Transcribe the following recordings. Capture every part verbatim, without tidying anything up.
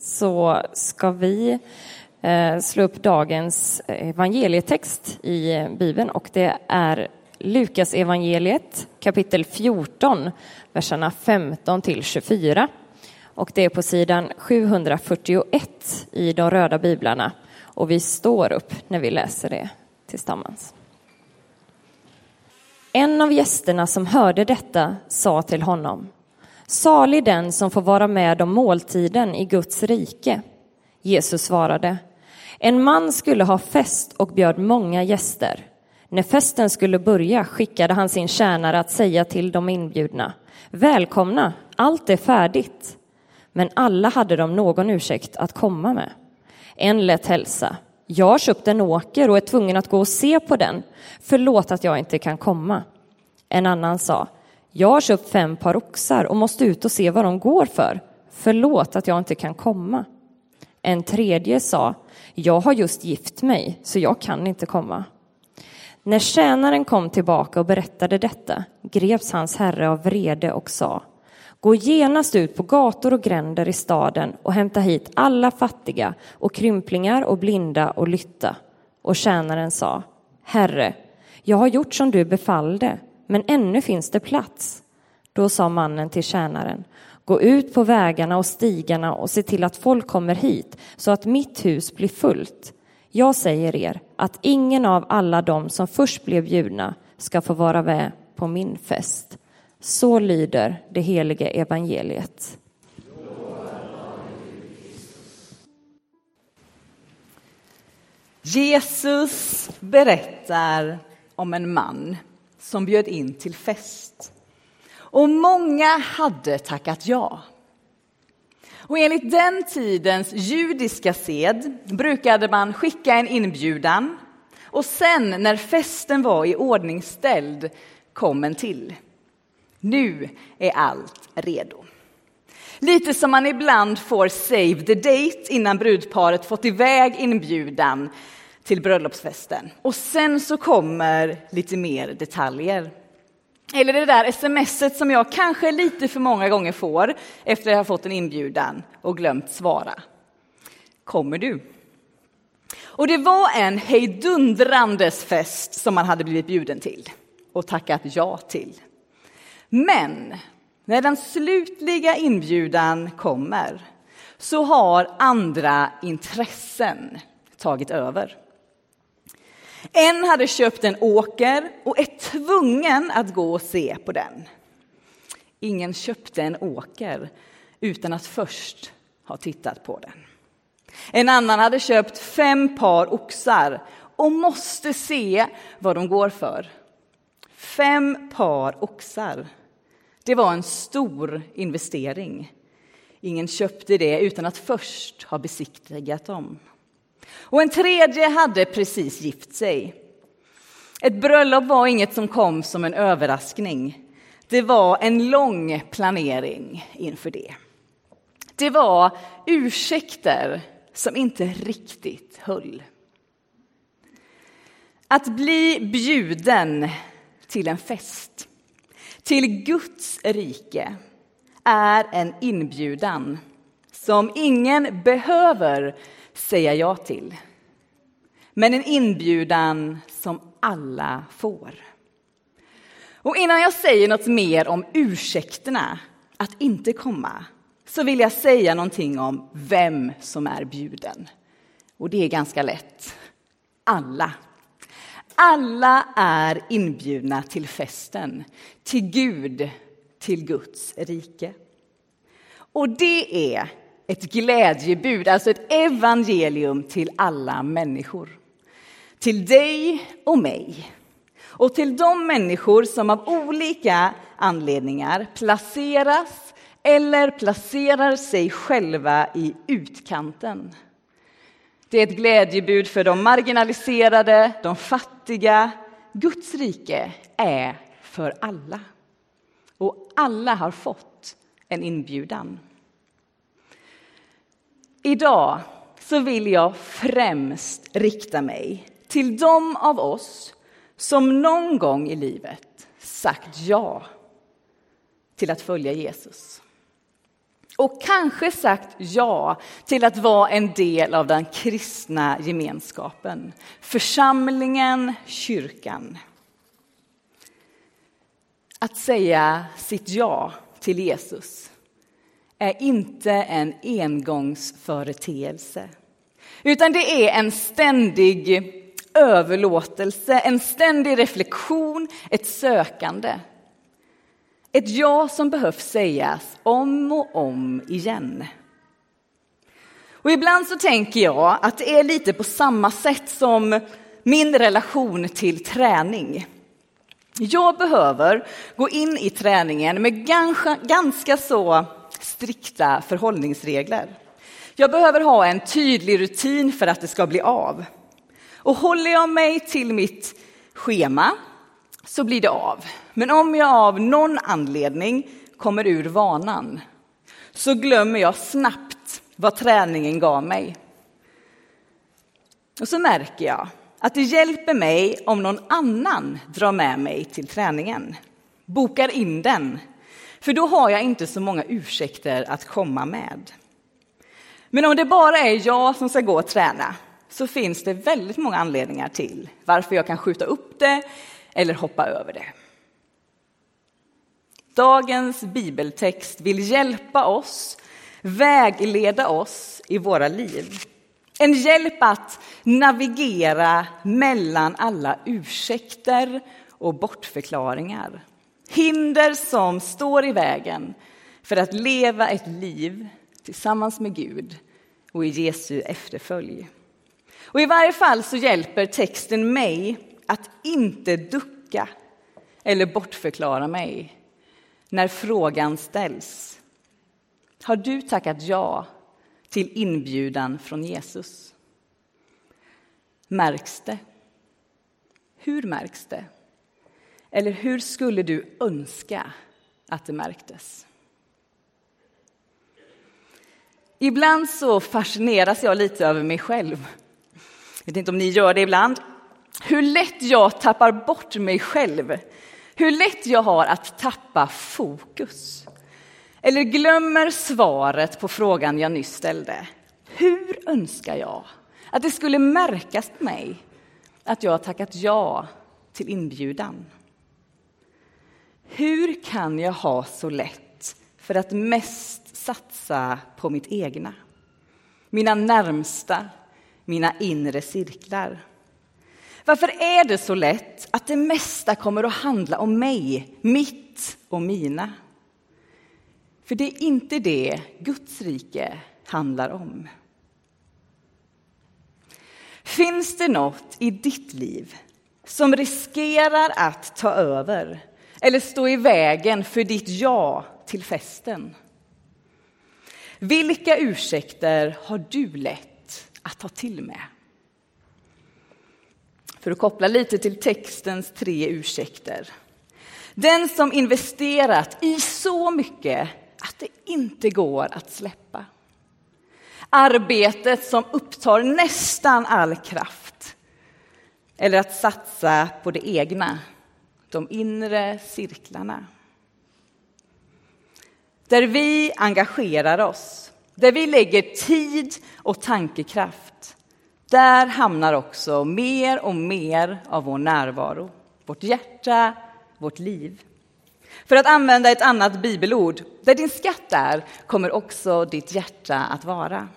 så ska vi eh, slå upp dagens evangelietext i Bibeln, och det är Lukas evangeliet kapitel fjorton, verserna femton till tjugofyra. Och det är på sidan sjuhundrafyrtioett i de röda biblarna. Och vi står upp när vi läser det tillsammans. En av gästerna som hörde detta sa till honom: salig den som får vara med om måltiden i Guds rike. Jesus svarade: en man skulle ha fest och bjöd många gäster. När festen skulle börja skickade han sin tjänare att säga till de inbjudna: välkomna, allt är färdigt. Men alla hade de någon ursäkt att komma med. En lät hälsa: jag har köpt en åker och är tvungen att gå och se på den. Förlåt att jag inte kan komma. En annan sa: jag har köpt fem par oxar och måste ut och se vad de går för. Förlåt att jag inte kan komma. En tredje sa: jag har just gift mig så jag kan inte komma. När tjänaren kom tillbaka och berättade detta greps hans herre av vrede och sa: gå genast ut på gator och gränder i staden och hämta hit alla fattiga och krymplingar och blinda och lytta. Och tjänaren sa: herre, jag har gjort som du befallde, men ännu finns det plats. Då sa mannen till tjänaren: gå ut på vägarna och stigarna och se till att folk kommer hit så att mitt hus blir fullt. Jag säger er att ingen av alla dem som först blev bjudna ska få vara med på min fest. Så lyder det heliga evangeliet. Jesus berättar om en man som bjöd in till fest. Och många hade tackat ja. Och enligt den tidens judiska sed brukade man skicka en inbjudan. Och sen när festen var i ordning ställd kom en till. Nu är allt redo. Lite som man ibland får save the date innan brudparet fått iväg inbjudan till bröllopsfesten. Och sen så kommer lite mer detaljer. Eller det där smset som jag kanske lite för många gånger får efter att jag har fått en inbjudan och glömt svara. Kommer du? Och det var en hejdundrandes fest som man hade blivit bjuden till och tackat ja till. Men när den slutliga inbjudan kommer så har andra intressen tagit över. En hade köpt en åker och är tvungen att gå och se på den. Ingen köpte en åker utan att först ha tittat på den. En annan hade köpt fem par oxar och måste se vad de går för. Fem par oxar. Det var en stor investering. Ingen köpte det utan att först ha besiktigat dem. Och en tredje hade precis gift sig. Ett bröllop var inget som kom som en överraskning. Det var en lång planering inför det. Det var ursäkter som inte riktigt höll. Att bli bjuden till en fest, till Guds rike, är en inbjudan som ingen behöver säga ja till. Men en inbjudan som alla får. Och innan jag säger något mer om ursäkterna att inte komma, så vill jag säga någonting om vem som är bjuden. Och det är ganska lätt. Alla. Alla är inbjudna till festen, till Gud, till Guds rike. Och det är ett glädjebud, alltså ett evangelium till alla människor. Till dig och mig. Och till de människor som av olika anledningar placeras eller placerar sig själva i utkanten. Det är ett glädjebud för de marginaliserade, de fattiga. Guds rike är för alla. Och alla har fått en inbjudan. Idag så vill jag främst rikta mig till de av oss som någon gång i livet sagt ja till att följa Jesus. Och kanske sagt ja till att vara en del av den kristna gemenskapen. Församlingen, kyrkan. Att säga sitt ja till Jesus är inte en engångsföreteelse. Utan det är en ständig överlåtelse, en ständig reflektion, ett sökande. Ett ja som behövs sägas om och om igen. Och ibland så tänker jag att det är lite på samma sätt som min relation till träning. Jag behöver gå in i träningen med ganska, ganska så strikta förhållningsregler. Jag behöver ha en tydlig rutin för att det ska bli av. Och håller jag mig till mitt schema så blir det av. Men om jag av någon anledning kommer ur vanan så glömmer jag snabbt vad träningen gav mig. Och så märker jag att det hjälper mig om någon annan drar med mig till träningen. Bokar in den. För då har jag inte så många ursäkter att komma med. Men om det bara är jag som ska gå och träna så finns det väldigt många anledningar till varför jag kan skjuta upp det eller hoppa över det. Dagens bibeltext vill hjälpa oss, vägleda oss i våra liv. En hjälp att navigera mellan alla ursäkter och bortförklaringar. Hinder som står i vägen för att leva ett liv tillsammans med Gud och i Jesu efterfölj. Och i varje fall så hjälper texten mig att inte ducka eller bortförklara mig när frågan ställs. Har du tackat ja till inbjudan från Jesus? Märks det? Hur märks det? Eller hur skulle du önska att det märktes? Ibland så fascineras jag lite över mig själv. Jag vet inte om ni gör det ibland. Hur lätt jag tappar bort mig själv. Hur lätt jag har att tappa fokus. Eller glömmer svaret på frågan jag nyss ställde. Hur önskar jag att det skulle märkas på mig att jag har tackat ja till inbjudan? Hur kan jag ha så lätt för att mest satsa på mitt egna? Mina närmsta, mina inre cirklar. Varför är det så lätt att det mesta kommer att handla om mig, mitt och mina? För det är inte det Guds rike handlar om. Finns det något i ditt liv som riskerar att ta över eller stå i vägen för ditt ja till festen? Vilka ursäkter har du lätt att ta till med? För att koppla lite till textens tre ursäkter. Den som investerat i så mycket att det inte går att släppa. Arbetet som upptar nästan all kraft. Eller att satsa på det egna, de inre cirklarna. Där vi engagerar oss, där vi lägger tid och tankekraft. Där hamnar också mer och mer av vår närvaro, vårt hjärta, vårt liv. För att använda ett annat bibelord, där din skatt är kommer också ditt hjärta att vara.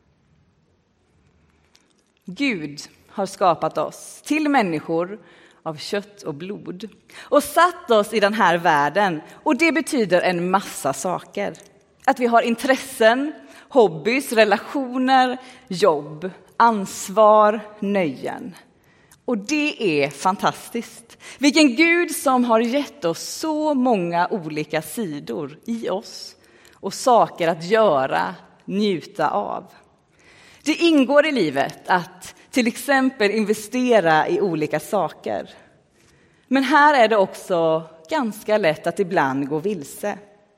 Gud har skapat oss till människor av kött och blod och satt oss i den här världen, och det betyder en massa saker. Att vi har intressen, hobbys, relationer, jobb, ansvar, nöjen. Och det är fantastiskt. Vilken Gud som har gett oss så många olika sidor i oss och saker att göra, njuta av. Det ingår i livet att till exempel investera i olika saker. Men här är det också ganska lätt att ibland gå vilse.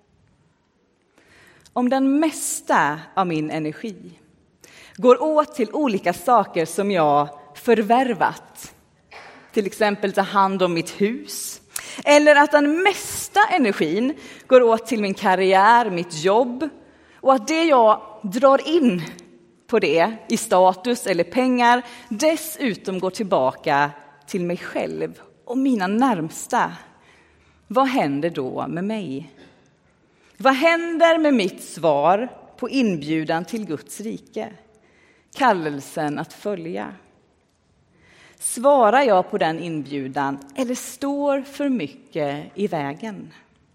Om den mesta av min energi går åt till olika saker som jag förvärvat, till exempel ta hand om mitt hus, eller att den mesta energin går åt till min karriär, mitt jobb, Och att det jag drar in på det i status eller pengar dessutom går tillbaka till mig själv och mina närmsta. Vad händer då med mig? Vad händer med mitt svar på inbjudan till Guds rike? Kallelsen att följa. Svarar jag på den inbjudan eller står för mycket i vägen?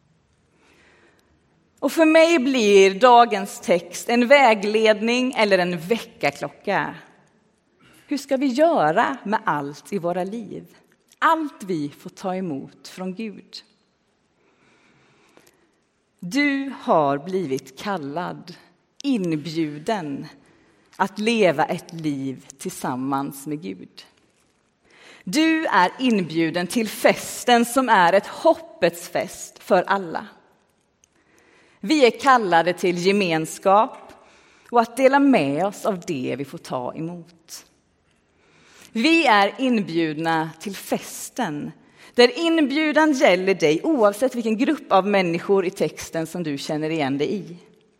Och för mig blir dagens text en vägledning eller en väckarklocka. Hur ska vi göra med allt i våra liv? Allt vi får ta emot från Gud. Du har blivit kallad, inbjuden att leva ett liv tillsammans med Gud. Du är inbjuden till festen som är ett hoppets fest för alla. Vi är kallade till gemenskap och att dela med oss av det vi får ta emot. Vi är inbjudna till festen, där inbjudan gäller dig oavsett vilken grupp av människor i texten som du känner igen dig i.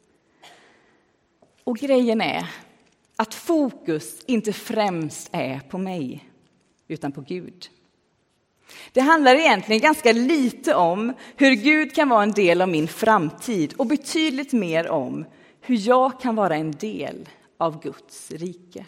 Och grejen är att fokus inte främst är på mig, utan på Gud. Det handlar egentligen ganska lite om hur Gud kan vara en del av min framtid och betydligt mer om hur jag kan vara en del av Guds rike.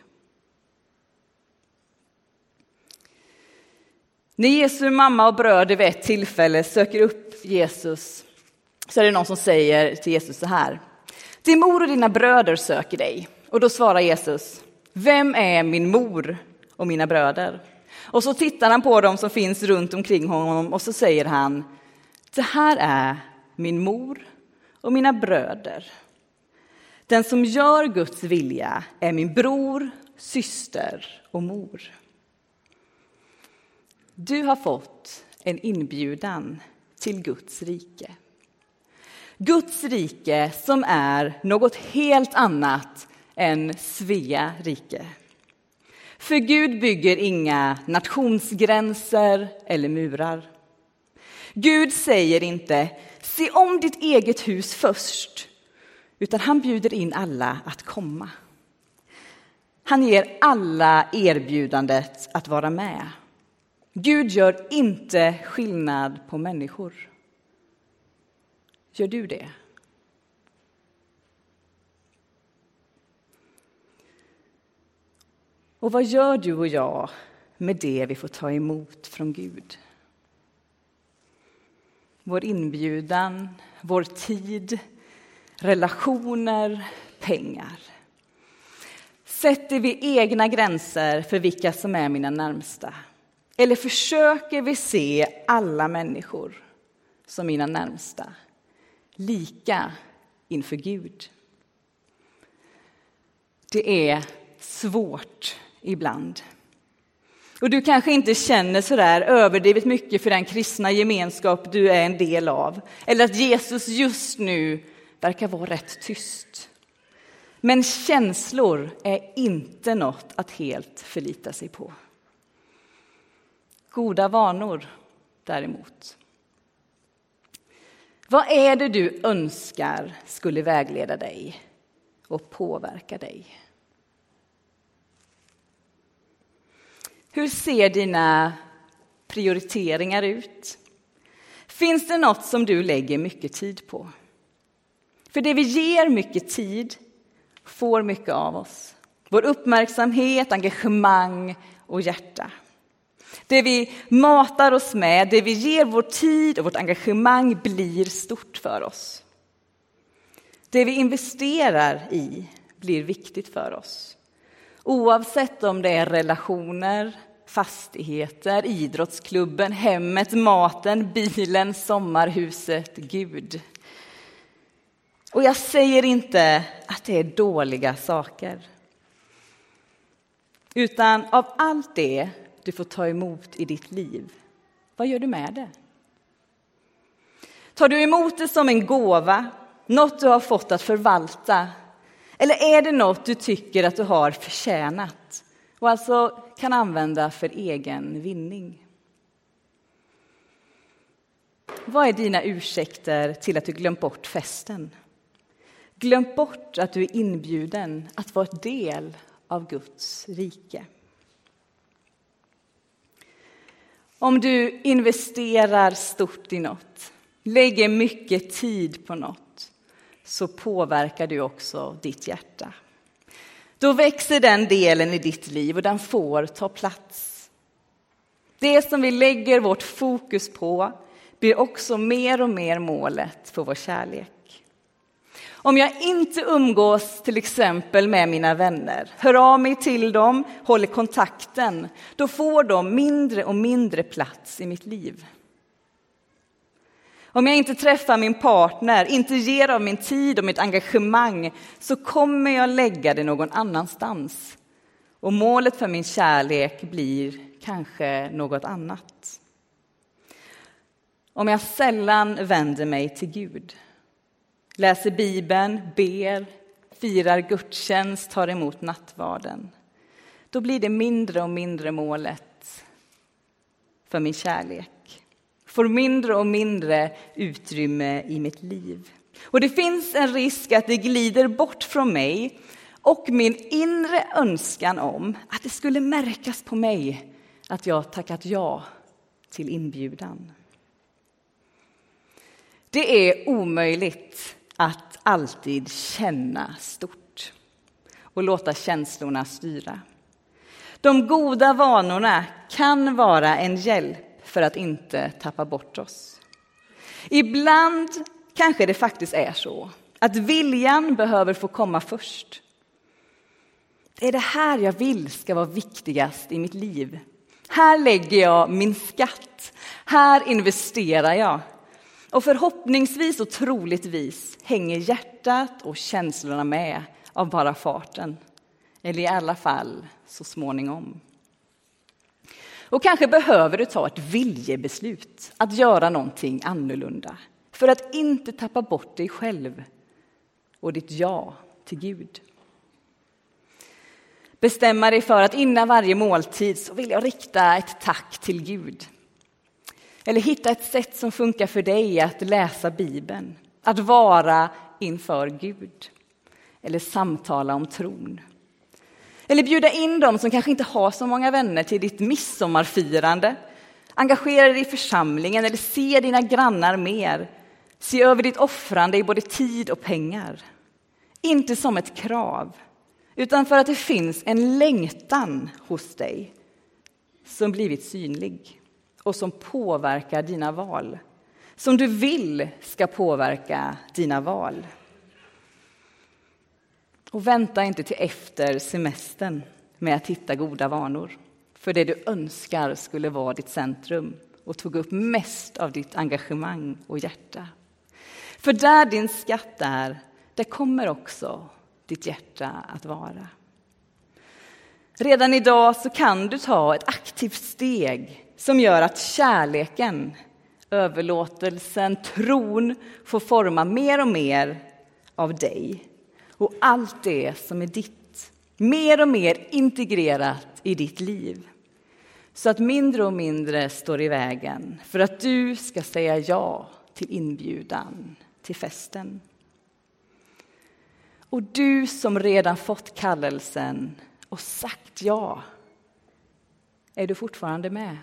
När Jesu mamma och bröder vid ett tillfälle söker upp Jesus så är det någon som säger till Jesus så här: din mor och dina bröder söker dig. Och då svarar Jesus: vem är min mor och mina bröder? Och så tittar han på dem som finns runt omkring honom och så säger han: det här är min mor och mina bröder. Den som gör Guds vilja är min bror, syster och mor. Du har fått en inbjudan till Guds rike. Guds rike som är något helt annat än Svea rike. För Gud bygger inga nationsgränser eller murar. Gud säger inte: se om ditt eget hus först, utan han bjuder in alla att komma. Han ger alla erbjudandet att vara med. Gud gör inte skillnad på människor. Gör du det? Och vad gör du och jag med det vi får ta emot från Gud? Vår inbjudan, vår tid, relationer, pengar. Sätter vi egna gränser för vilka som är mina närmsta? Eller försöker vi se alla människor som mina närmsta, lika inför Gud? Det är svårt ibland. Och du kanske inte känner så där överdrivet mycket för den kristna gemenskap du är en del av. Eller att Jesus just nu verkar vara rätt tyst. Men känslor är inte något att helt förlita sig på. Goda vanor däremot. Vad är det du önskar skulle vägleda dig och påverka dig? Hur ser dina prioriteringar ut? Finns det något som du lägger mycket tid på? För det vi ger mycket tid får mycket av oss. Vår uppmärksamhet, engagemang och hjärta. Det vi matar oss med, det vi ger vår tid och vårt engagemang blir stort för oss. Det vi investerar i blir viktigt för oss. Oavsett om det är relationer, fastigheter, idrottsklubben, hemmet, maten, bilen, sommarhuset, Gud. Och jag säger inte att det är dåliga saker. Utan av allt det du får ta emot i ditt liv, vad gör du med det? Tar du emot det som en gåva, något du har fått att förvalta? Eller är det något du tycker att du har förtjänat och alltså kan använda för egen vinning? Vad är dina ursäkter till att du glömt bort festen? glömt bort att du är inbjuden att vara ett del av Guds rike. Om du investerar stort i något, lägger mycket tid på något, så påverkar du också ditt hjärta. Då växer den delen i ditt liv och den får ta plats. Det som vi lägger vårt fokus på blir också mer och mer målet för vår kärlek. Om jag inte umgås till exempel med mina vänner, hör av mig till dem, håller kontakten, då får de mindre och mindre plats i mitt liv. Om jag inte träffar min partner, inte ger av min tid och mitt engagemang, så kommer jag lägga det någon annanstans. Och målet för min kärlek blir kanske något annat. Om jag sällan vänder mig till Gud, läser Bibeln, ber, firar gudstjänst, tar emot nattvarden, då blir det mindre och mindre målet för min kärlek. Får mindre och mindre utrymme i mitt liv. Och det finns en risk att det glider bort från mig och min inre önskan om att det skulle märkas på mig att jag tackat ja till inbjudan. Det är omöjligt att alltid känna stort och låta känslorna styra. De goda vanorna kan vara en hjälp för att inte tappa bort oss. Ibland kanske det faktiskt är så att viljan behöver få komma först. Det är det här jag vill ska vara viktigast i mitt liv. Här lägger jag min skatt. Här investerar jag. Och förhoppningsvis och troligtvis hänger hjärtat och känslorna med av bara farten. Eller i alla fall så småningom. Och kanske behöver du ta ett viljebeslut att göra någonting annorlunda. För att inte tappa bort dig själv och ditt ja till Gud. Bestämma dig för att innan varje måltid så vill jag rikta ett tack till Gud. Eller hitta ett sätt som funkar för dig att läsa Bibeln. Att vara inför Gud. Eller samtala om tron. Eller bjuda in dem som kanske inte har så många vänner till ditt midsommarfirande. Engagera dig i församlingen eller se dina grannar mer. Se över ditt offrande i både tid och pengar. Inte som ett krav, utan för att det finns en längtan hos dig som blivit synlig och som påverkar dina val. Som du vill ska påverka dina val. Och vänta inte till efter semestern med att hitta goda vanor. För det du önskar skulle vara ditt centrum och tog upp mest av ditt engagemang och hjärta. För där din skatt är, där kommer också ditt hjärta att vara. Redan idag så kan du ta ett aktivt steg som gör att kärleken, överlåtelsen, tron får forma mer och mer av dig. Och allt det som är ditt, mer och mer integrerat i ditt liv. Så att mindre och mindre står i vägen för att du ska säga ja till inbjudan till festen. Och du som redan fått kallelsen och sagt ja, är du fortfarande med?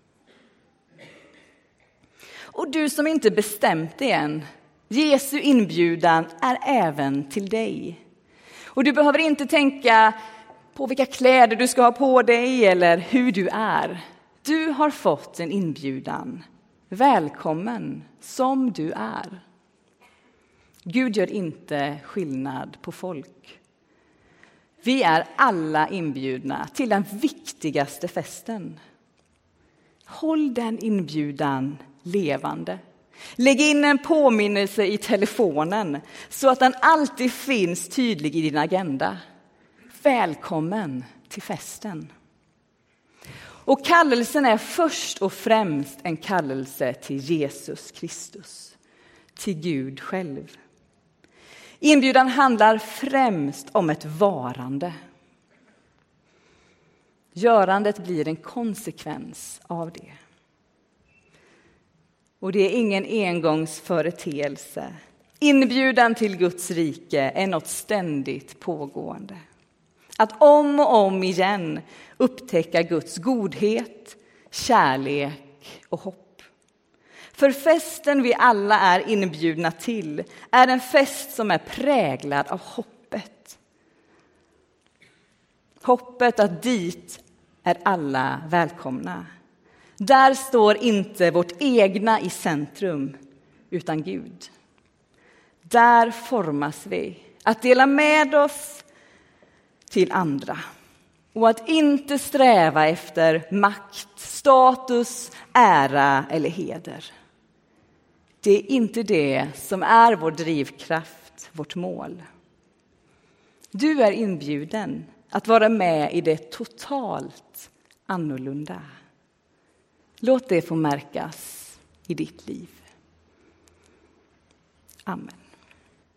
Och du som inte bestämt dig än, Jesu inbjudan är även till dig. Och du behöver inte tänka på vilka kläder du ska ha på dig eller hur du är. Du har fått en inbjudan. Välkommen som du är. Gud gör inte skillnad på folk. Vi är alla inbjudna till den viktigaste festen. Håll den inbjudan levande. Lägg in en påminnelse i telefonen så att den alltid finns tydlig i din agenda. Välkommen till festen. Och kallelsen är först och främst en kallelse till Jesus Kristus, till Gud själv. Inbjudan handlar främst om ett varande. Görandet blir en konsekvens av det. Och det är ingen engångsföreteelse, Inbjudan till Guds rike är något ständigt pågående. Att om och om igen upptäcka Guds godhet, kärlek och hopp. För festen vi alla är inbjudna till är en fest som är präglad av hoppet. Hoppet att dit är alla välkomna. Där står inte vårt egna i centrum, utan Gud. Där formas vi att dela med oss till andra och att inte sträva efter makt, status, ära eller heder. Det är inte det som är vår drivkraft, vårt mål. Du är inbjuden att vara med i det totalt annorlunda. Låt det få märkas i ditt liv. Amen.